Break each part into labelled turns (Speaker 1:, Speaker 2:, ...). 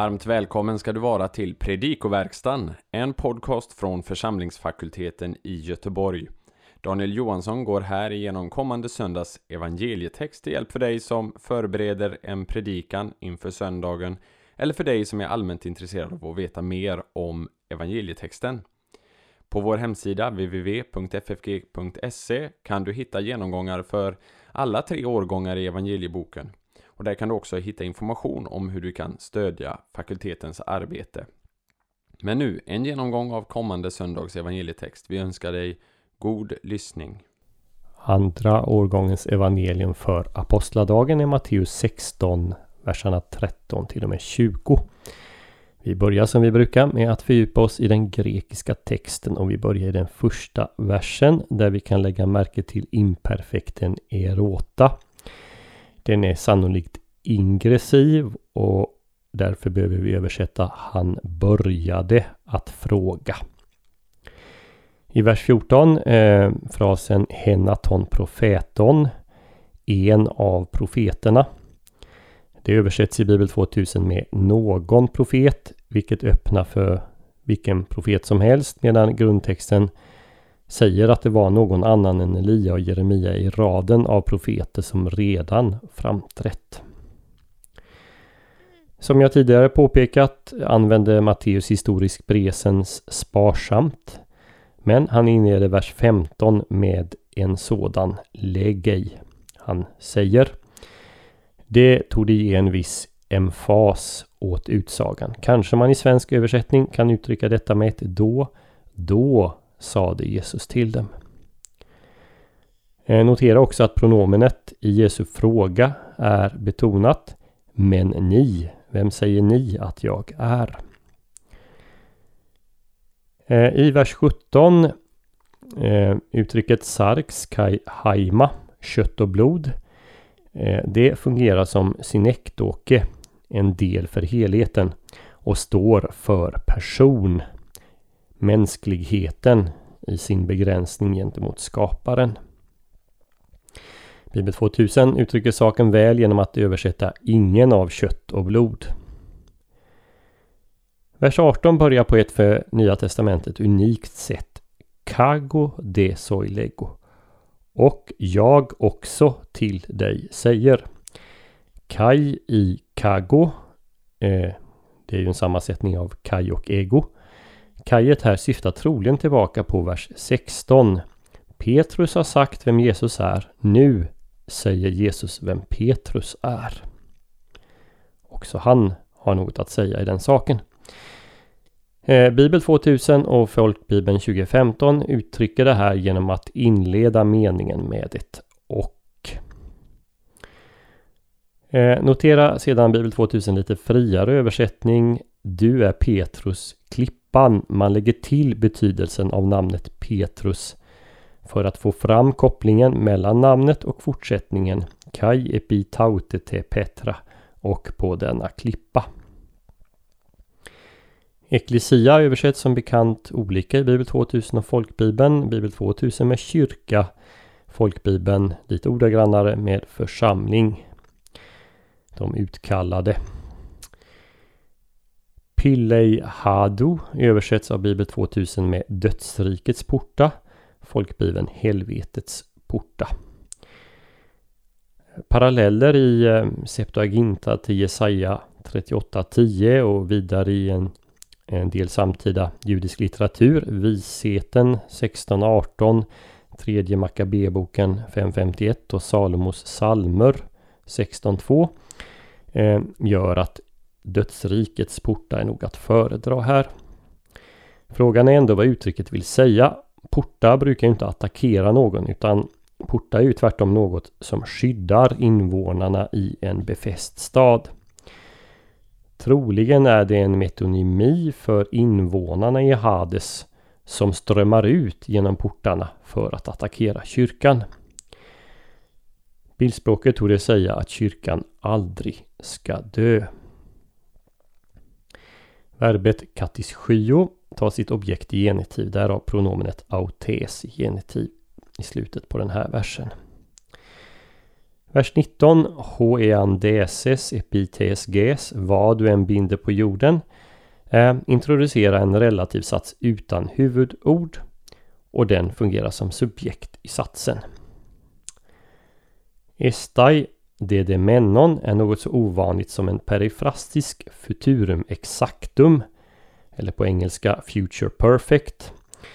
Speaker 1: Varmt välkommen ska du vara till Predikoverkstan, en podcast från församlingsfakulteten i Göteborg. Daniel Johansson går här igenom kommande söndags evangelietext till hjälp för dig som förbereder en predikan inför söndagen eller för dig som är allmänt intresserad av att veta mer om evangelietexten. På vår hemsida www.ffg.se kan du hitta genomgångar för alla 3 årgångar i evangelieboken. Och där kan du också hitta information om hur du kan stödja fakultetens arbete. Men nu, en genomgång av kommande söndags evangelietext. Vi önskar dig god lyssning.
Speaker 2: Andra årgångens evangelium för apostladagen är Matteus 16, verserna 13 till och med 20. Vi börjar som vi brukar med att fördjupa oss i den grekiska texten och vi börjar i den första versen där vi kan lägga märke till imperfekten erota. Den är sannolikt ingressiv och därför behöver vi översätta han började att fråga. I vers 14 frasen henaton profeton, en av profeterna. Det översätts i Bibel 2000 med någon profet, vilket öppnar för vilken profet som helst, medan grundtexten säger att det var någon annan än Elia och Jeremia i raden av profeter som redan framträtt. Som jag tidigare påpekat använde Matteus historisk presens sparsamt, men han inleder vers 15 med en sådan lägg. Han säger: det tog ge en viss emfas åt utsagan. Kanske man i svensk översättning kan uttrycka detta med ett då sade Jesus till dem. Notera också att pronomenet i Jesu fråga är betonat. Men ni, vem säger ni att jag är? I vers 17 uttrycket sarx kai haima, kött och blod. Det fungerar som synekdoke, en del för helheten, och står för person, mänskligheten i sin begränsning gentemot skaparen. Bibel 2000 uttrycker saken väl genom att översätta ingen av kött och blod. Vers 18 börjar på ett för Nya testamentet unikt sätt. Kago de soilego. Och jag också till dig säger. Kai i kago. Det är ju en sammansättning av kai och ego. Kajet här syftar troligen tillbaka på vers 16. Petrus har sagt vem Jesus är. Nu säger Jesus vem Petrus är. Också han har något att säga i den saken. Bibel 2000 och Folkbibeln 2015 uttrycker det här genom att inleda meningen med ett och. Notera sedan Bibel 2000 lite friare översättning. Du är Petrus klippan. Man lägger till betydelsen av namnet Petrus för att få fram kopplingen mellan namnet och fortsättningen Kai epi tautete Petra och på denna klippa. Ekklesia översätts som bekant olika i Bibel 2000 och Folkbibeln. Bibel 2000 med kyrka, Folkbibeln lite ordagrannare med församling. De utkallade. Pillei hadu översätts av Bibel 2000 med dödsrikets porta, Folkbibeln helvetets porta. Paralleller i Septuaginta till Jesaja 38:10 och vidare i en del samtida judisk litteratur, Visheten 16:18, tredje Makabeboken 5:51 och Salomos psalmer 16:2 gör att dödsrikets porta är nog att föredra här. Frågan är ändå vad uttrycket vill säga. Porta brukar inte attackera någon, utan porta är ju tvärtom något som skyddar invånarna i en befäst stad. Troligen är det en metonymi för invånarna i Hades som strömmar ut genom portarna för att attackera kyrkan. Bildspråket torde säga att kyrkan aldrig ska dö. Verbet katischio tar sitt objekt i genitiv, därav pronomenet autes i genitiv i slutet på den här versen. Vers 19. Hoeandeses epitesges, vad du än binder på jorden. Introducera en relativ sats utan huvudord. Och den fungerar som subjekt i satsen. Estai dedemenon är något så ovanligt som en perifrastisk futurum exactum. Eller på engelska future perfect.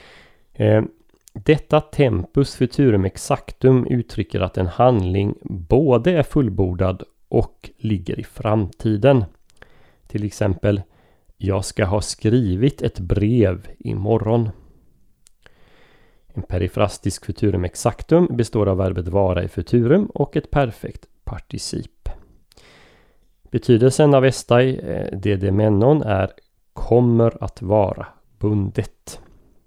Speaker 2: Detta tempus futurum exactum uttrycker att en handling både är fullbordad och ligger i framtiden. Till exempel, jag ska ha skrivit ett brev imorgon. En perifrastisk futurum exactum består av verbet vara i futurum och ett perfekt particip. Betydelsen av estai dedemenon är kommer att vara bundet.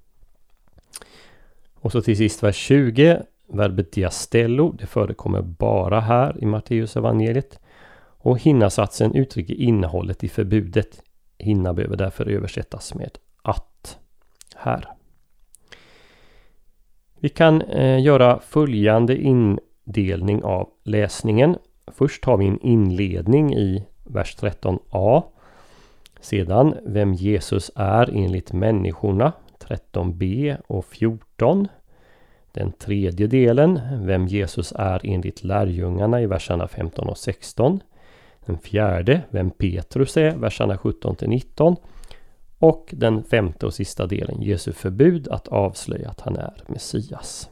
Speaker 2: Och så till sist vers 20. Verbet diastello, det förekommer bara här i Matteus evangeliet. Och hinnasatsen uttrycker innehållet i förbudet. Hinna behöver därför översättas med att här. Vi kan göra följande indelning av läsningen. Först har vi en inledning i vers 13a. Sedan vem Jesus är enligt människorna, 13b och 14. Den tredje delen, vem Jesus är enligt lärjungarna i verserna 15 och 16. Den fjärde, vem Petrus är, verserna 17 till 19. Och den femte och sista delen, Jesu förbud att avslöja att han är Messias.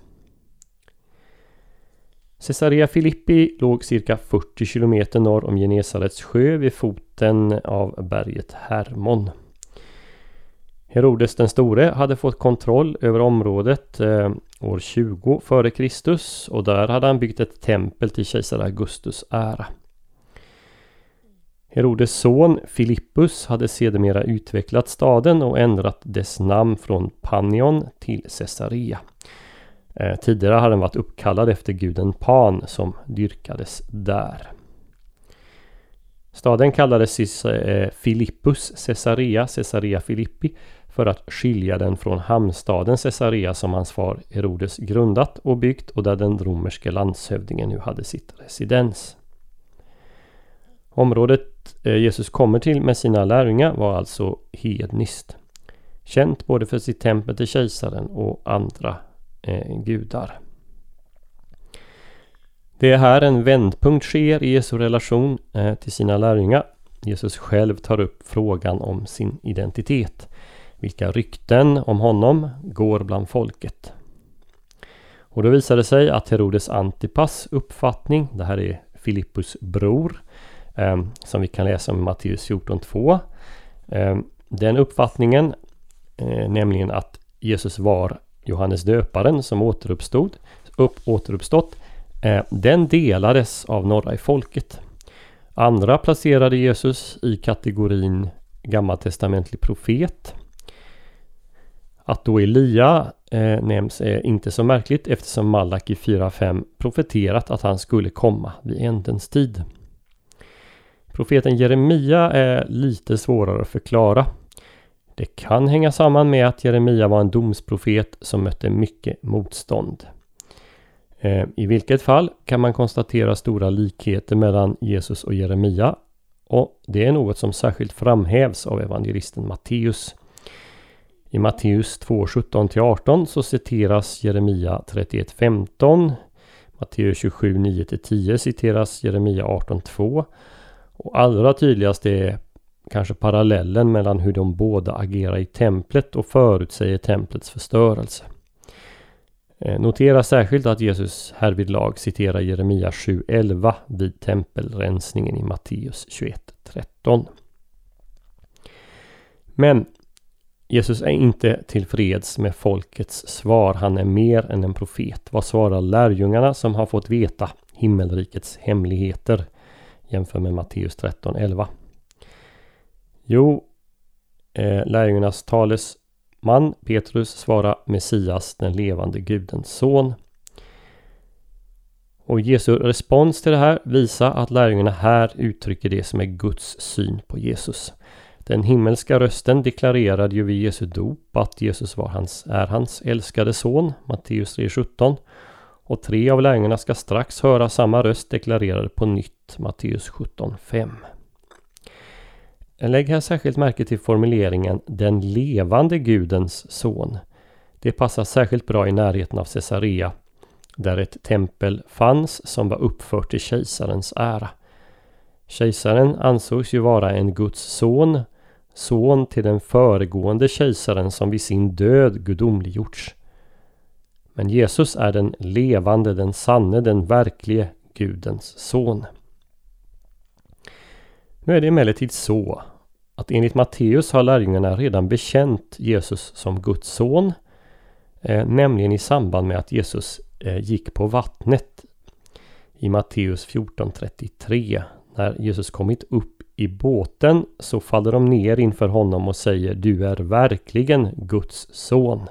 Speaker 2: Caesarea Philippi låg cirka 40 kilometer norr om Genesarets sjö vid foten av berget Hermon. Herodes den store hade fått kontroll över området år 20 före Kristus och där hade han byggt ett tempel till kejsar Augustus ära. Herodes son Filippus hade sedermera utvecklat staden och ändrat dess namn från Panion till Caesarea. Tidigare hade den varit uppkallad efter guden Pan som dyrkades där. Staden kallades Filippus Caesarea Philippi för att skilja den från hamnstaden Caesarea som hans far Herodes grundat och byggt och där den romerske landshövdingen nu hade sitt residens. Området Jesus kommer till med sina lärjungar var alltså hedniskt. Känt både för sitt tempel till kejsaren och andra gudar. Det är här en vändpunkt sker i Jesu relation till sina lärjungar. Jesus själv tar upp frågan om sin identitet. Vilka rykten om honom går bland folket. Och då visar det sig att Herodes Antipas uppfattning, det här är Filippus bror, som vi kan läsa om i Matteus 14:2. Den uppfattningen, nämligen att Jesus var Johannes döparen som återuppstått, den delades av några i folket. Andra placerade Jesus i kategorin gammaltestamentlig profet. Att då Elia nämns är inte så märkligt eftersom Malaki 4:5 profeterat att han skulle komma vid ändens tid. Profeten Jeremia är lite svårare att förklara. Det kan hänga samman med att Jeremia var en domsprofet som mötte mycket motstånd. I vilket fall kan man konstatera stora likheter mellan Jesus och Jeremia och det är något som särskilt framhävs av evangelisten Matteus. I Matteus 2:17-18 så citeras Jeremia 31:15, Matteus 27:9-10 citeras Jeremia 18:2 och allra tydligast är kanske parallellen mellan hur de båda agerar i templet och förutsäger templets förstörelse. Notera särskilt att Jesus härvidlag citerar Jeremia 7:11 vid tempelrensningen i Matteus 21:13. Men Jesus är inte tillfreds med folkets svar. Han är mer än en profet. Vad svarar lärjungarna som har fått veta himmelrikets hemligheter? Jämför med Matteus 13:11. Jo, lärjungarnas talesman Petrus svarar Messias, den levande Gudens son. Och Jesu respons till det här visar att lärjungarna här uttrycker det som är Guds syn på Jesus. Den himmelska rösten deklarerade ju vid Jesu dop att Jesus är hans älskade son, Matteus 3:17. Och 3 av lärjungarna ska strax höra samma röst deklarerade på nytt, Matteus 17:5. Lägg här särskilt märke till formuleringen den levande Gudens son. Det passar särskilt bra i närheten av Caesarea, där ett tempel fanns som var uppfört till kejsarens ära. Kejsaren ansågs ju vara en Guds son till den föregående kejsaren som vid sin död gudomliggjorts. Men Jesus är den levande, den sanne, den verklige Gudens son. Nu är det emellertid så att enligt Matteus har lärjungarna redan bekänt Jesus som Guds son, nämligen i samband med att Jesus gick på vattnet i Matteus 14:33. När Jesus kommit upp i båten så faller de ner inför honom och säger: du är verkligen Guds son.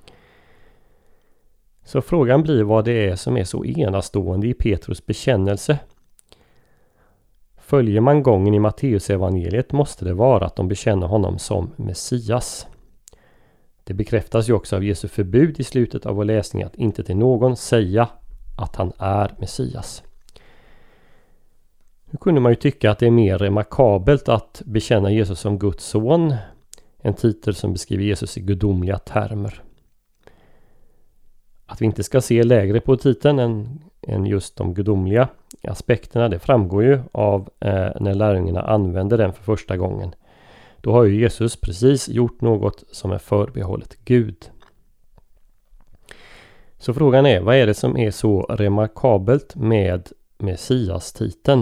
Speaker 2: Så frågan blir vad det är som är så enastående i Petrus bekännelse. Följer man gången i Matteus evangeliet måste det vara att de bekänner honom som Messias. Det bekräftas ju också av Jesu förbud i slutet av vår läsning att inte till någon säga att han är Messias. Nu kunde man ju tycka att det är mer remarkabelt att bekänna Jesus som Guds son, en titel som beskriver Jesus i gudomliga termer. Att vi inte ska se lägre på titeln än just de gudomliga aspekterna, det framgår ju av när lärjungarna använder den för första gången. Då har ju Jesus precis gjort något som är förbehållet Gud. Så frågan är, vad är det som är så remarkabelt med Messias-titeln?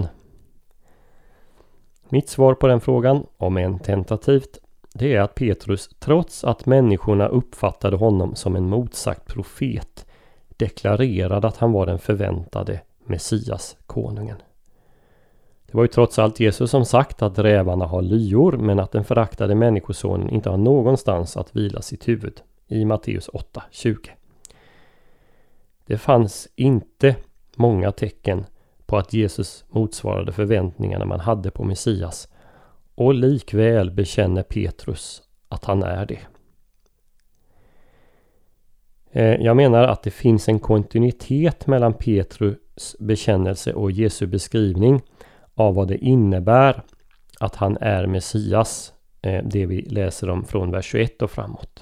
Speaker 2: Mitt svar på den frågan, om än tentativt, det är att Petrus, trots att människorna uppfattade honom som en motsagt profet, deklarerade att han var den förväntade Messias-konungen. Det var ju trots allt Jesus som sagt att rävarna har lyor, men att den föraktade människosonen inte har någonstans att vila sitt huvud, i Matteus 8:20. Det fanns inte många tecken på att Jesus motsvarade förväntningarna man hade på Messias, och likväl bekänner Petrus att han är det. Jag menar att det finns en kontinuitet mellan Petrus bekännelse och Jesu beskrivning av vad det innebär att han är Messias, det vi läser om från vers 21 och framåt.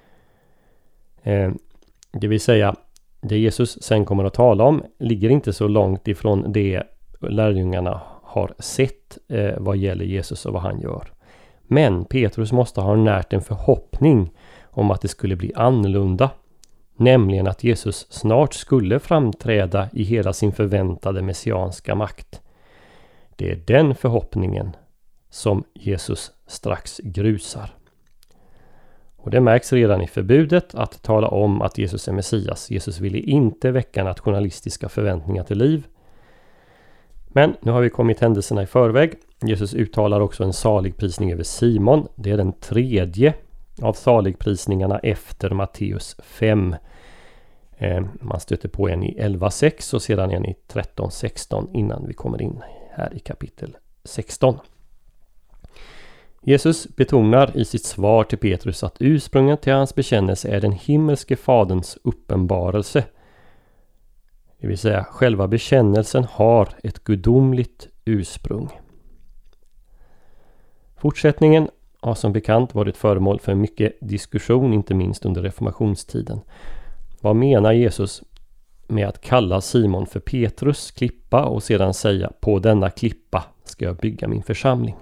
Speaker 2: Det vill säga, det Jesus sen kommer att tala om ligger inte så långt ifrån det lärjungarna har sett vad gäller Jesus och vad han gör. Men Petrus måste ha närt en förhoppning om att det skulle bli annorlunda, nämligen att Jesus snart skulle framträda i hela sin förväntade messianska makt. Det är den förhoppningen som Jesus strax grusar. Och det märks redan i förbudet att tala om att Jesus är Messias. Jesus ville inte väcka nationalistiska förväntningar till liv. Men nu har vi kommit händelserna i förväg. Jesus uttalar också en saligprisning över Simon. Det är den 3:e av saligprisningarna efter Matteus 5. Man stöter på en i 11:6 och sedan en i 13:16 innan vi kommer in här i kapitel 16. Jesus betonar i sitt svar till Petrus att ursprunget till hans bekännelse är den himmelske faderns uppenbarelse. Det vill säga, själva bekännelsen har ett gudomligt ursprung. Fortsättningen har som bekant varit föremål för mycket diskussion, inte minst under reformationstiden. Vad menar Jesus med att kalla Simon för Petrus klippa och sedan säga: på denna klippa ska jag bygga min församling?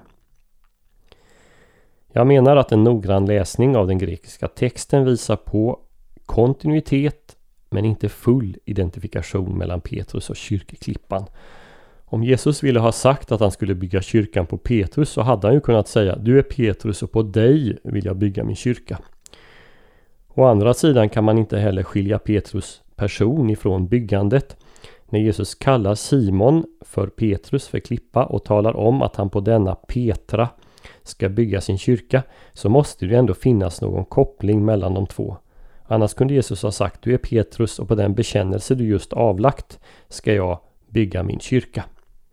Speaker 2: Jag menar att en noggrann läsning av den grekiska texten visar på kontinuitet men inte full identifikation mellan Petrus och kyrkklippan. Om Jesus ville ha sagt att han skulle bygga kyrkan på Petrus så hade han ju kunnat säga: du är Petrus och på dig vill jag bygga min kyrka. Å andra sidan kan man inte heller skilja Petrus person ifrån byggandet. När Jesus kallar Simon för Petrus för klippa och talar om att han på denna Petra ska bygga sin kyrka, så måste det ändå finnas någon koppling mellan de två. Annars kunde Jesus ha sagt: du är Petrus och på den bekännelse du just avlagt ska jag bygga min kyrka.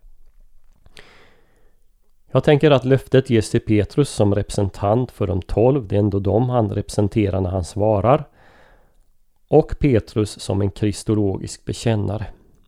Speaker 2: Jag tänker att löftet ges till Petrus som representant för de 12. Det är ändå dem han representerar när han svarar. och Petrus som en kristologisk bekännare.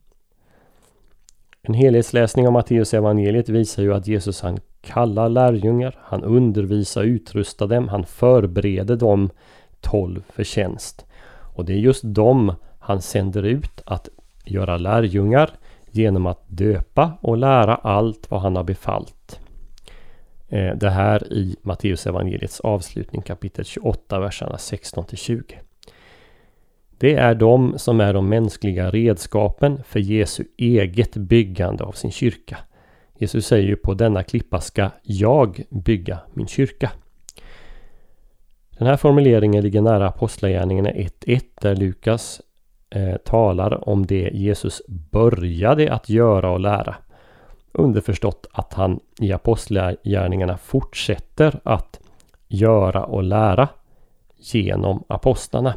Speaker 2: En helhetsläsning av Matteus evangeliet visar ju att Jesus han kallar lärjungar, han undervisar och utrustar dem, han förbereder dem 12 för tjänst. Och det är just dem han sänder ut att göra lärjungar genom att döpa och lära allt vad han har befallt. Det här i Matteus evangeliets avslutning kapitel 28 verserna 16-20. Det är de som är de mänskliga redskapen för Jesu eget byggande av sin kyrka. Jesus säger ju på denna klippa ska jag bygga min kyrka. Den här formuleringen ligger nära Apostlagärningarna 1:1 där Lukas talar om det Jesus började att göra och lära. Underförstått att han i Apostlagärningarna fortsätter att göra och lära genom apostlarna.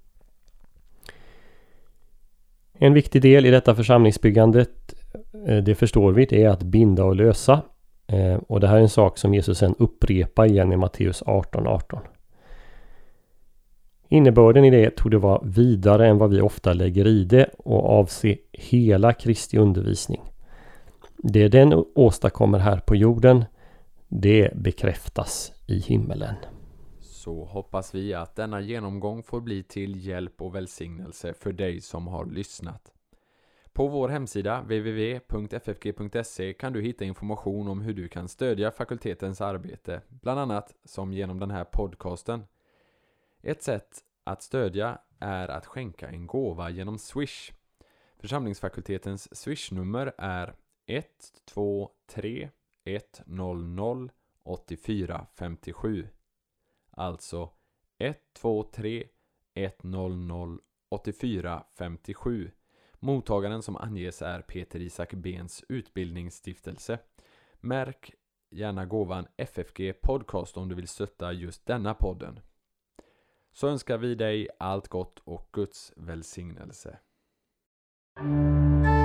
Speaker 2: En viktig del i detta församlingsbyggandet, det förstår vi, det är att binda och lösa. Och det här är en sak som Jesus sen upprepar igen i Matteus 18:18. Innebörden i det torde vara vidare än vad vi ofta lägger i det och avse hela Kristi undervisning. Det den åstadkommer här på jorden, det bekräftas i himmelen.
Speaker 1: Så hoppas vi att denna genomgång får bli till hjälp och välsignelse för dig som har lyssnat. På vår hemsida www.ffg.se kan du hitta information om hur du kan stödja fakultetens arbete, bland annat som genom den här podcasten. Ett sätt att stödja är att skänka en gåva genom Swish. Församlingsfakultetens Swish-nummer är 123 100 8457. Alltså 123 100 8457. Mottagaren som anges är Peter Isak Bens utbildningsstiftelse. Märk gärna gåvan FFG Podcast om du vill stötta just denna podden. Så önskar vi dig allt gott och Guds välsignelse.